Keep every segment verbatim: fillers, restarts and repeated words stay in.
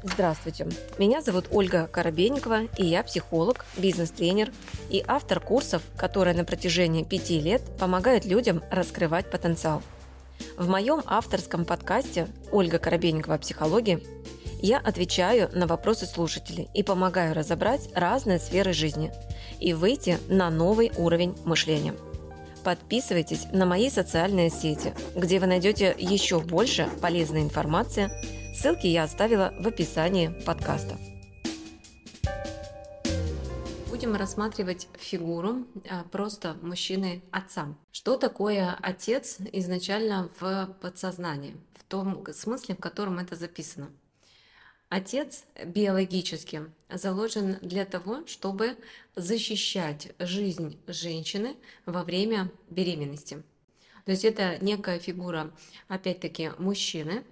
Здравствуйте, меня зовут Ольга Коробейникова, и я психолог, бизнес-тренер и автор курсов, которые на протяжении пяти лет помогают людям раскрывать потенциал. В моем авторском подкасте «Ольга Коробейникова о психологии» я отвечаю на вопросы слушателей и помогаю разобрать разные сферы жизни и выйти на новый уровень мышления. Подписывайтесь на мои социальные сети, где вы найдете еще больше полезной информации. Ссылки я оставила в описании подкаста. Будем рассматривать фигуру просто мужчины-отца. Что такое отец изначально в подсознании, в том смысле, в котором это записано? Отец биологически заложен для того, чтобы защищать жизнь женщины во время беременности. То есть это некая фигура, опять-таки, мужчины.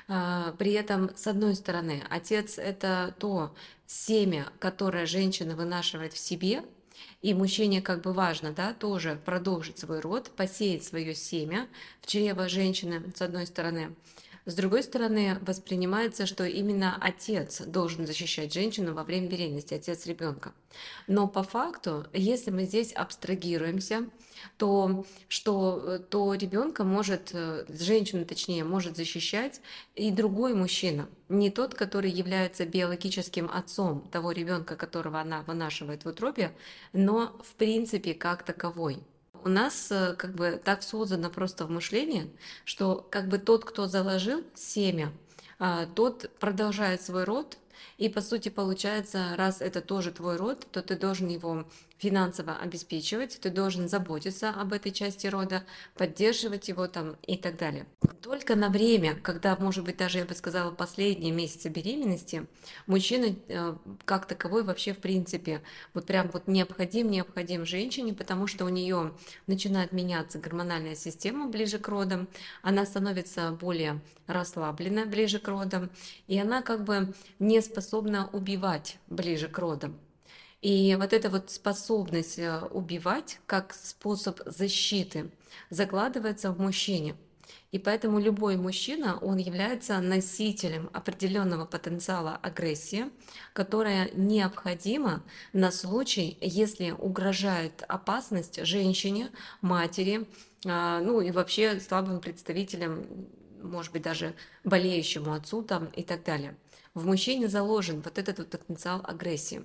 При этом, с одной стороны, отец – это то семя, которое женщина вынашивает в себе, и мужчине как бы важно, да, тоже продолжить свой род, посеять свое семя в чрево женщины, с одной стороны. С другой стороны, воспринимается, что именно отец должен защищать женщину во время беременности, отец ребенка. Но по факту, если мы здесь абстрагируемся, то что то ребенка может, женщину точнее, может защищать и другой мужчина, не тот, который является биологическим отцом того ребенка, которого она вынашивает в утробе, но в принципе как таковой. У нас как бы так создано просто в мышлении, что как бы тот, кто заложил семя, тот продолжает свой род, и по сути получается, раз это тоже твой род, то ты должен его финансово обеспечивать, ты должен заботиться об этой части рода, поддерживать его там и так далее. Только на время, когда, может быть, даже я бы сказала, последние месяцы беременности, мужчина э, как таковой вообще в принципе вот прям вот необходим, необходим женщине, потому что у нее начинает меняться гормональная система ближе к родам, она становится более расслаблена ближе к родам, и она как бы не способна убивать ближе к родам. И вот эта вот способность убивать как способ защиты закладывается в мужчине. И поэтому любой мужчина, он является носителем определенного потенциала агрессии, которая необходима на случай, если угрожает опасность женщине, матери, ну и вообще слабым представителям, может быть, даже болеющему отцу там и так далее. В мужчине заложен вот этот вот потенциал агрессии.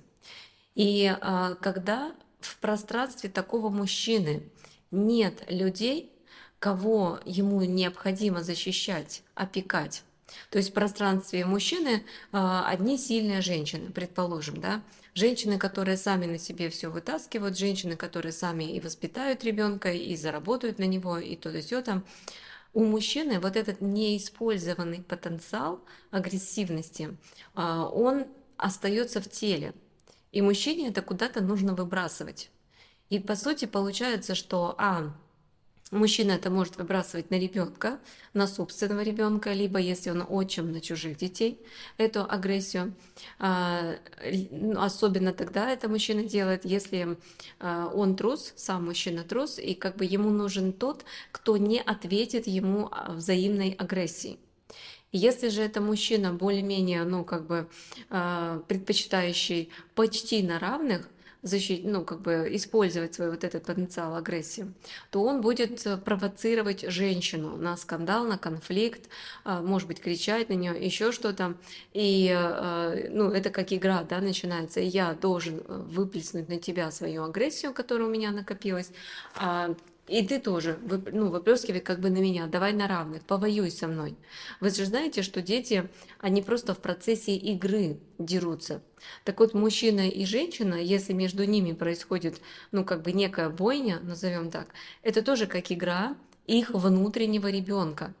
И а, когда в пространстве такого мужчины нет людей, кого ему необходимо защищать, опекать, то есть в пространстве мужчины а, одни сильные женщины, предположим, да, женщины, которые сами на себе все вытаскивают, женщины, которые сами и воспитают ребенка, и заработают на него, и то и сё там. У мужчины вот этот неиспользованный потенциал агрессивности, а, он остается в теле. И мужчине это куда-то нужно выбрасывать. И по сути получается, что а, мужчина это может выбрасывать на ребенка, на собственного ребенка, либо если он отчим, на чужих детей, эту агрессию. А, особенно тогда это мужчина делает, если а, он трус, сам мужчина трус, и как бы ему нужен тот, кто не ответит ему взаимной агрессией. Если же это мужчина более-менее, ну, как бы э, предпочитающий почти на равных защит, ну, как бы использовать свой вот этот потенциал агрессии, то он будет провоцировать женщину на скандал, на конфликт, э, может быть, кричать на нее, еще что-то. И, э, ну, это как игра, да, начинается. И я должен выплеснуть на тебя свою агрессию, которая у меня накопилась. А И ты тоже, ну, выплескивай как бы на меня, давай на равных, повоюй со мной. Вы же знаете, что дети, они просто в процессе игры дерутся. Так вот, мужчина и женщина, если между ними происходит, ну, как бы некая бойня, назовем так, это тоже как игра их внутреннего ребенка.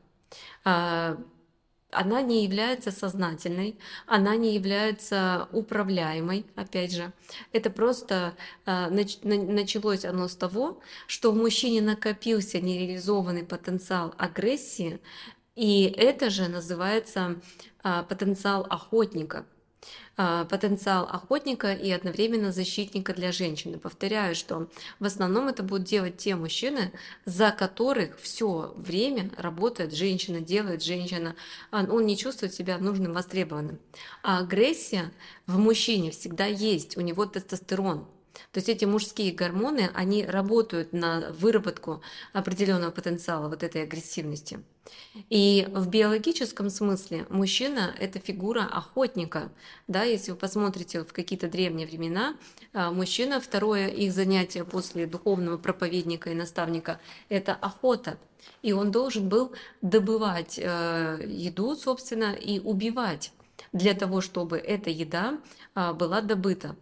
Она не является сознательной, она не является управляемой, опять же. Это просто э, нач, на, началось оно с того, что в мужчине накопился нереализованный потенциал агрессии, и это же называется э, потенциал охотника. а, потенциал охотника и одновременно защитника для женщины. Повторяю, что в основном это будут делать те мужчины, за которых все время работает женщина, делает женщина. А Он не чувствует себя нужным, востребованным. А агрессия в мужчине всегда есть, у него тестостерон. То есть эти мужские гормоны, они работают на выработку определенного потенциала вот этой агрессивности. И в биологическом смысле мужчина — это фигура охотника. Да, если вы посмотрите в какие-то древние времена, а, мужчина, второе их занятие после духовного проповедника и наставника — это охота. И он должен был добывать э, еду, собственно, и убивать для того, чтобы эта еда а, была добыта.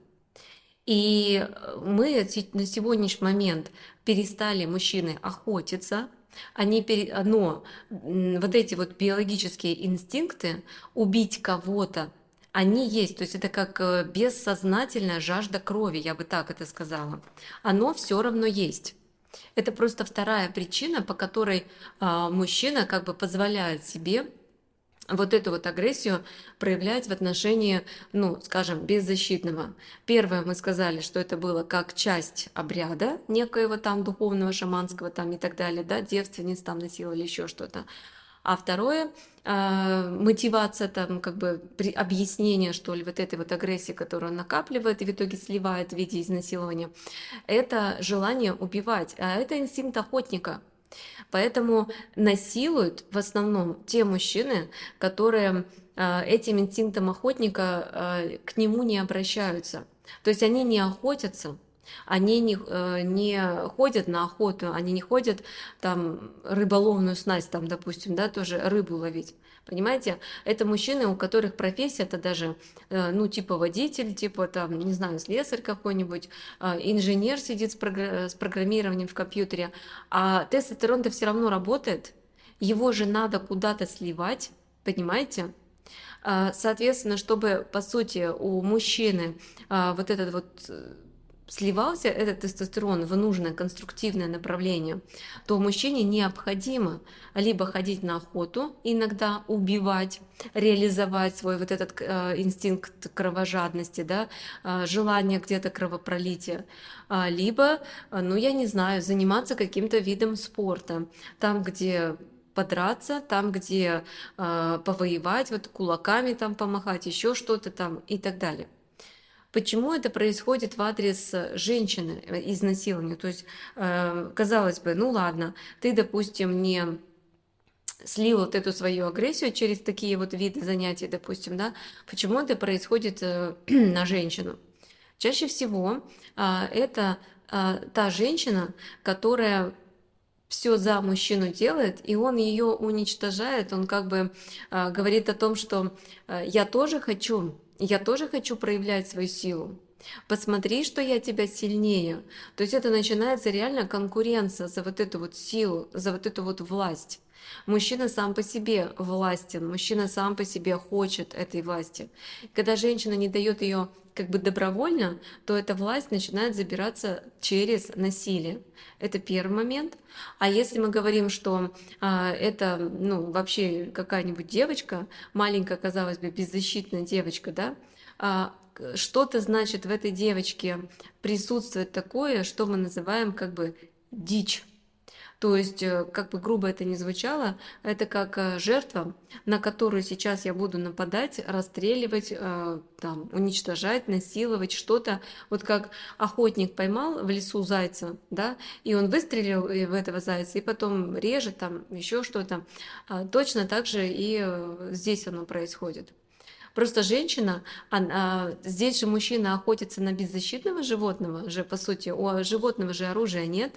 И мы се- на сегодняшний момент перестали мужчины охотиться, они пере- но м, вот эти вот биологические инстинкты убить кого-то, они есть, то есть это как э, бессознательная жажда крови, я бы так это сказала. Оно все равно есть. Это просто вторая причина, по которой а, мужчина как бы позволяет себе вот эту вот агрессию проявлять в отношении, ну, скажем, беззащитного. Первое, мы сказали, что это было как часть обряда некоего там духовного, шаманского там и так далее, да, девственниц там насиловали, еще что-то. А второе, а, мотивация там, как бы при- объяснение, что ли, вот этой вот агрессии, которую он накапливает и в итоге сливает в виде изнасилования, это желание убивать, а это инстинкт охотника. Поэтому насилуют в основном те мужчины, которые а, этим инстинктом охотника а, к нему не обращаются. То есть они не охотятся, они не, э, не ходят на охоту, они не ходят там рыболовную снасть, там, допустим, да, тоже рыбу ловить. Понимаете, это мужчины, у которых профессия это даже, э, ну, типа водитель, типа там, не знаю, слесарь какой-нибудь, а, инженер сидит с, програ- с программированием в компьютере, а тестостерон-то все равно работает, его же надо куда-то сливать, понимаете? А, Соответственно, чтобы, по сути, у мужчины а, вот этот вот э, сливался этот тестостерон в нужное конструктивное направление, то мужчине необходимо либо ходить на охоту, иногда убивать, реализовать свой вот этот э, инстинкт кровожадности, да, э, желание где-то кровопролития, а, либо, э, ну я не знаю, заниматься каким-то видом спорта, там, где подраться, там, где э, повоевать, вот кулаками там помахать, еще что-то там и так далее. Почему это происходит в адрес э, женщины, э, изнасилования? То есть, э, казалось бы, ну ладно, ты, допустим, не слил вот эту свою агрессию через такие вот виды занятий, допустим, да, почему это происходит э, на женщину? Чаще всего а, это а, та женщина, которая все за мужчину делает, и он ее уничтожает, он как бы а, говорит о том, что а, я тоже хочу, я тоже хочу проявлять свою силу. Посмотри, что я тебя сильнее. То есть это начинается реально конкуренция за вот эту вот силу, за вот эту вот власть. Мужчина сам по себе властен, мужчина сам по себе хочет этой власти. Когда женщина не дает ее как бы добровольно, то эта власть начинает забираться через насилие. Это первый момент. А если мы говорим, что а, это ну, вообще какая-нибудь девочка, маленькая, казалось бы, беззащитная девочка, да, а, к- что-то значит в этой девочке присутствует такое, что мы называем как бы дичь. То есть, э, как бы грубо это ни звучало, это как э, жертва, на которую сейчас я буду нападать, расстреливать, э, там, уничтожать, насиловать что-то. Вот как охотник поймал в лесу зайца, да, и он выстрелил э, в этого зайца, и потом режет там еще что-то. А, Точно так же и э, здесь оно происходит. Просто женщина, она, здесь же мужчина охотится на беззащитного животного, же по сути, у животного же оружия нет,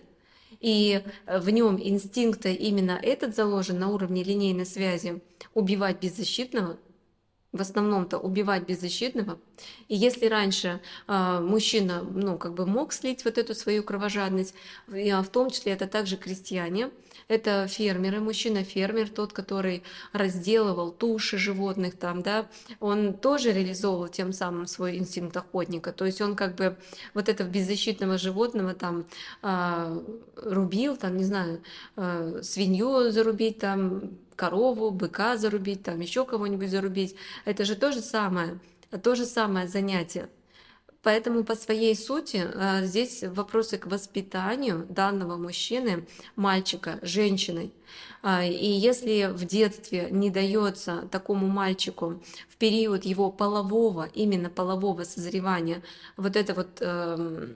и э, в нем инстинкта именно этот заложен на уровне линейной связи убивать беззащитного, в основном-то убивать беззащитного. И если раньше а, мужчина, ну, как бы мог слить вот эту свою кровожадность, и, а, в том числе это также крестьяне, это фермеры, мужчина-фермер, тот, который разделывал туши животных там, да, он тоже реализовывал тем самым свой инстинкт охотника. То есть он как бы вот этого беззащитного животного там а, рубил, там, не знаю, а, свинью зарубить, там, корову, быка зарубить, там еще кого-нибудь зарубить. Это же то же самое. То же самое занятие. Поэтому по своей сути а, здесь вопросы к воспитанию данного мужчины, мальчика, женщины. А, И если в детстве не дается такому мальчику в период его полового, именно полового созревания, вот это вот эм,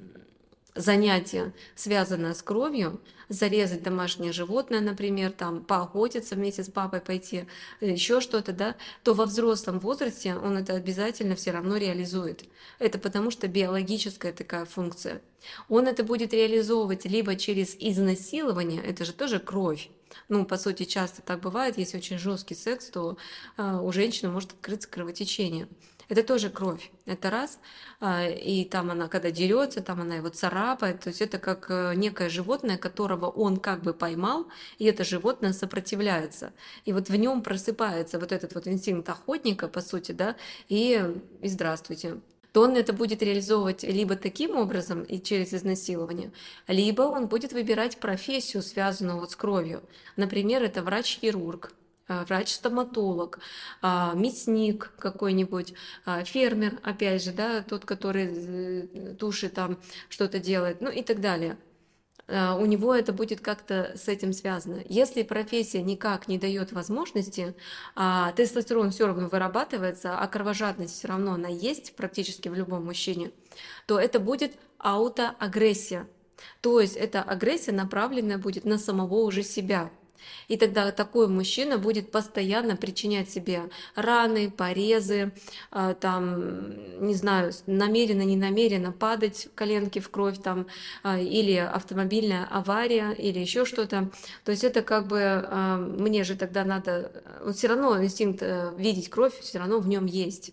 занятие, связанное с кровью, зарезать домашнее животное, например, там поохотиться вместе с папой пойти, еще что-то, да, то во взрослом возрасте он это обязательно все равно реализует. Это потому что биологическая такая функция. Он это будет реализовывать либо через изнасилование, это же тоже кровь. Ну, по сути, часто так бывает, если очень жесткий секс, то а, у женщины может открыться кровотечение. Это тоже кровь. Это раз. А, И там она, когда дерется, там она его царапает. То есть это как э, некое животное, которого он как бы поймал, и это животное сопротивляется. И вот в нем просыпается вот этот вот инстинкт охотника, по сути, да, и, и здравствуйте. То он это будет реализовывать либо таким образом и через изнасилование, либо он будет выбирать профессию, связанную вот с кровью. Например, это врач-хирург, а, врач-стоматолог, а, мясник какой-нибудь, а, фермер, опять же, да, тот, который э, туши там что-то делает, ну и так далее. А, У него это будет как-то с этим связано. Если профессия никак не дает возможности, а тестостерон все равно вырабатывается, а кровожадность все равно она есть практически в любом мужчине, то это будет аутоагрессия. То есть эта агрессия направленная будет на самого уже себя. И тогда такой мужчина будет постоянно причинять себе раны, порезы, а, там, не знаю, намеренно, не намеренно падать коленки в кровь, там, а, или автомобильная авария, или еще что-то. То есть это как бы а, мне же тогда надо, все равно инстинкт э, видеть кровь все равно в нем есть.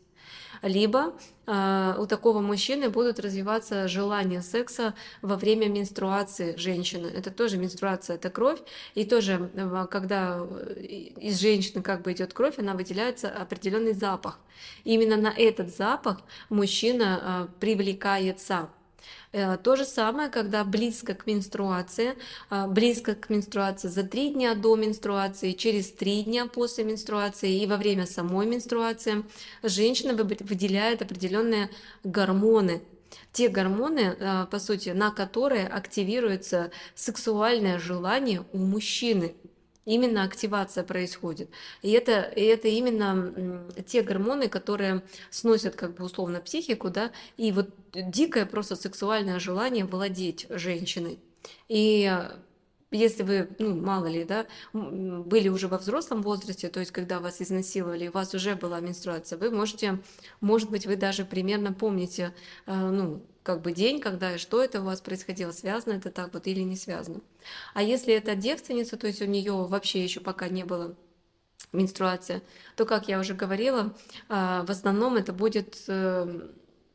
Либо а, у такого мужчины будут развиваться желания секса во время менструации женщины. Это тоже менструация, это кровь. И тоже, э, когда э, из женщины как бы идет кровь, она выделяется определенный запах. Именно на этот запах мужчина а, привлекается. Э, То же самое, когда близко к менструации, а, близко к менструации за три дня до менструации, через три дня после менструации и во время самой менструации женщина выб- выделяет определенные гормоны. Те гормоны, а, по сути, на которые активируется сексуальное желание у мужчины. Именно активация происходит. И это, и это именно м, те гормоны, которые сносят как бы условно психику, да, и вот дикое просто сексуальное желание владеть женщиной. И э, если вы, ну, мало ли, да, м, были уже во взрослом возрасте, то есть когда вас изнасиловали, у вас уже была менструация, вы можете, может быть, вы даже примерно помните, э, ну, как бы день, когда и что это у вас происходило, связано это так вот или не связано. А если это девственница, то есть у нее вообще еще пока не было менструация, то, как я уже говорила, а, в основном это будет, э,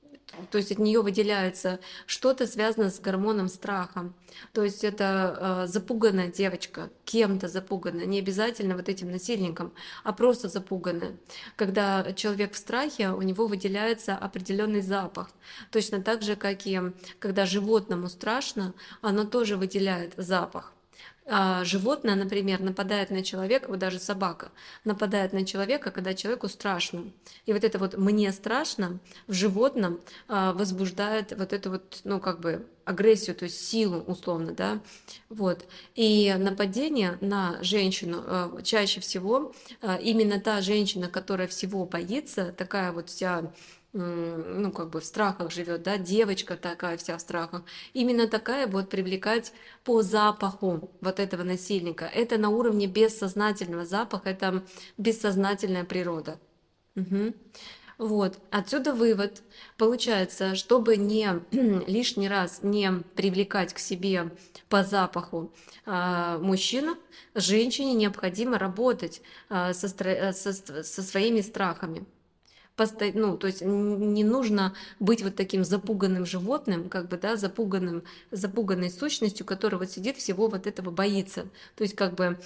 то есть от нее выделяется что-то связанное с гормоном страха. То есть это э, запуганная девочка, кем-то запуганная, не обязательно вот этим насильником, а просто запуганная. Когда человек в страхе, у него выделяется определенный запах. Точно так же, как и когда животному страшно, оно тоже выделяет запах. А животное, например, нападает на человека, вот даже собака нападает на человека, когда человеку страшно. И вот это вот «мне страшно» в животном а, возбуждает вот эту вот, ну, как бы агрессию, то есть силу условно, да, вот. И нападение на женщину а, чаще всего а, именно та женщина, которая всего боится, такая вот вся м, ну, как бы в страхах живет, да, девочка такая вся в страхах, именно такая будет привлекать по запаху вот этого насильника. Это на уровне бессознательного запаха, это бессознательная природа. Мгм. Вот, отсюда вывод. Получается, чтобы не лишний раз не привлекать к себе по запаху а, мужчину, женщине необходимо работать а, со, стра- э, со ст- со своими страхами. Посто- ну, то есть н- не нужно быть вот таким запуганным животным, как бы, да, запуганным, запуганной сущностью, которая вот сидит всего вот этого боится. То есть как бы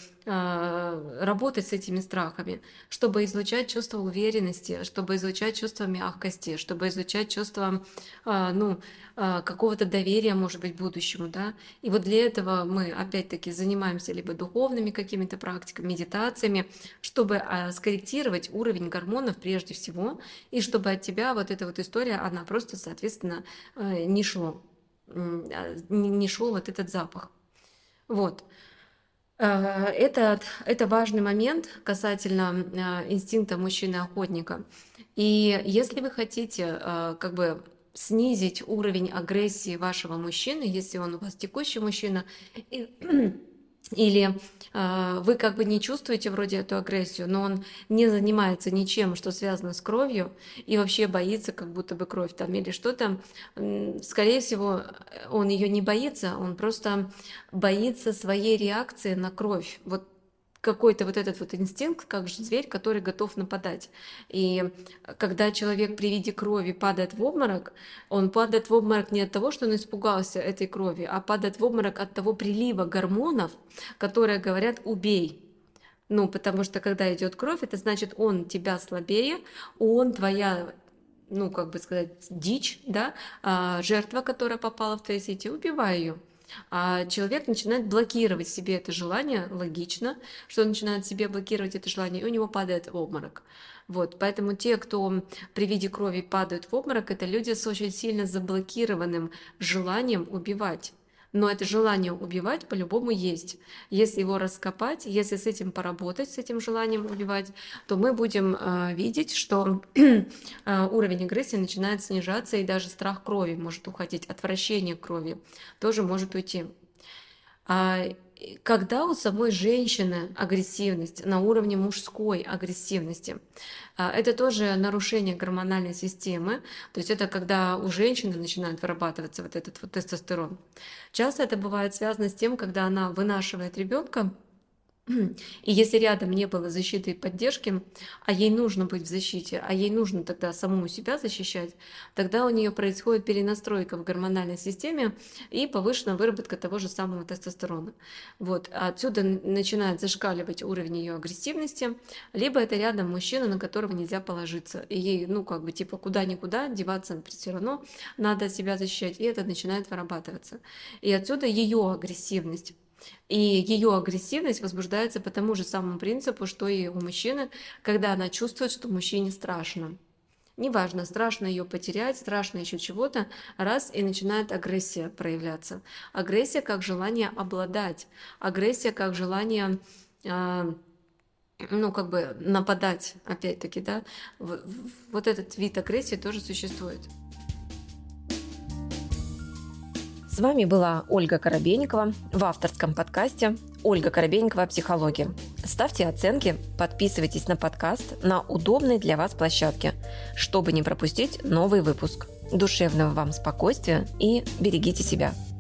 а, работать с этими страхами, чтобы излучать чувство уверенности, чтобы излучать чувство мягкости, чтобы излучать чувство, а, ну, а, какого-то доверия, может быть, будущему, да. И вот для этого мы опять-таки занимаемся либо духовными какими-то практиками, медитациями, чтобы а, скорректировать уровень гормонов прежде всего, и чтобы от тебя вот эта вот история, она просто, соответственно, э, не шло, м, а, не не шел вот этот запах. Вот. Э, Это, это важный момент касательно а, инстинкта мужчины-охотника. И если вы хотите а, как бы снизить уровень агрессии вашего мужчины, если он у вас текущий мужчина, и- или а, вы как бы не чувствуете вроде эту агрессию, но он не занимается ничем, что связано с кровью, и вообще боится как будто бы кровь там или что-то, м, скорее всего, э, он ее не боится, он просто боится своей реакции на кровь. Вот какой-то вот этот вот инстинкт, как же зверь, который готов нападать. И когда человек при виде крови падает в обморок, он падает в обморок не от того, что он испугался этой крови, а падает в обморок от того прилива гормонов, которые говорят «убей». Ну, потому что когда идет кровь, это значит, он тебя слабее, он твоя, ну, как бы сказать, дичь, да, а, жертва, которая попала в твои сети, убивай ее. А человек начинает блокировать себе это желание, логично, что он начинает себе блокировать это желание, и у него падает в обморок. Вот, поэтому те, кто при виде крови падают в обморок, это люди с очень сильно заблокированным желанием убивать. Но это желание убивать по-любому есть. Если его раскопать, если с этим поработать, с этим желанием убивать, то мы будем э, видеть, что э, уровень агрессии начинает снижаться, и даже страх крови может уходить, отвращение к крови тоже может уйти. А, и когда у самой женщины агрессивность на уровне мужской агрессивности, а, это тоже нарушение гормональной системы, то есть это когда у женщины начинает вырабатываться вот этот вот тестостерон. Часто это бывает связано с тем, когда она вынашивает ребенка, и если рядом не было защиты и поддержки, а ей нужно быть в защите, а ей нужно тогда саму себя защищать, тогда у нее происходит перенастройка в гормональной системе и повышенная выработка того же самого тестостерона. Вот. Отсюда н- начинает зашкаливать уровень ее агрессивности, либо это рядом мужчина, на которого нельзя положиться. И ей, ну, как бы, типа, куда-никуда, деваться все равно, надо себя защищать, и это начинает вырабатываться. И отсюда ее агрессивность. И ее агрессивность возбуждается по тому же самому принципу, что и у мужчины, когда она чувствует, что мужчине страшно. Неважно, страшно ее потерять, страшно еще чего-то, раз и начинает агрессия проявляться. Агрессия как желание обладать, агрессия как желание, а, ну, как бы нападать, опять-таки, да. В- в- Вот этот вид агрессии тоже существует. С вами была Ольга Коробейникова в авторском подкасте «Ольга Коробейникова. Психология». Ставьте оценки, подписывайтесь на подкаст на удобной для вас площадке, чтобы не пропустить новый выпуск. Душевного вам спокойствия и берегите себя.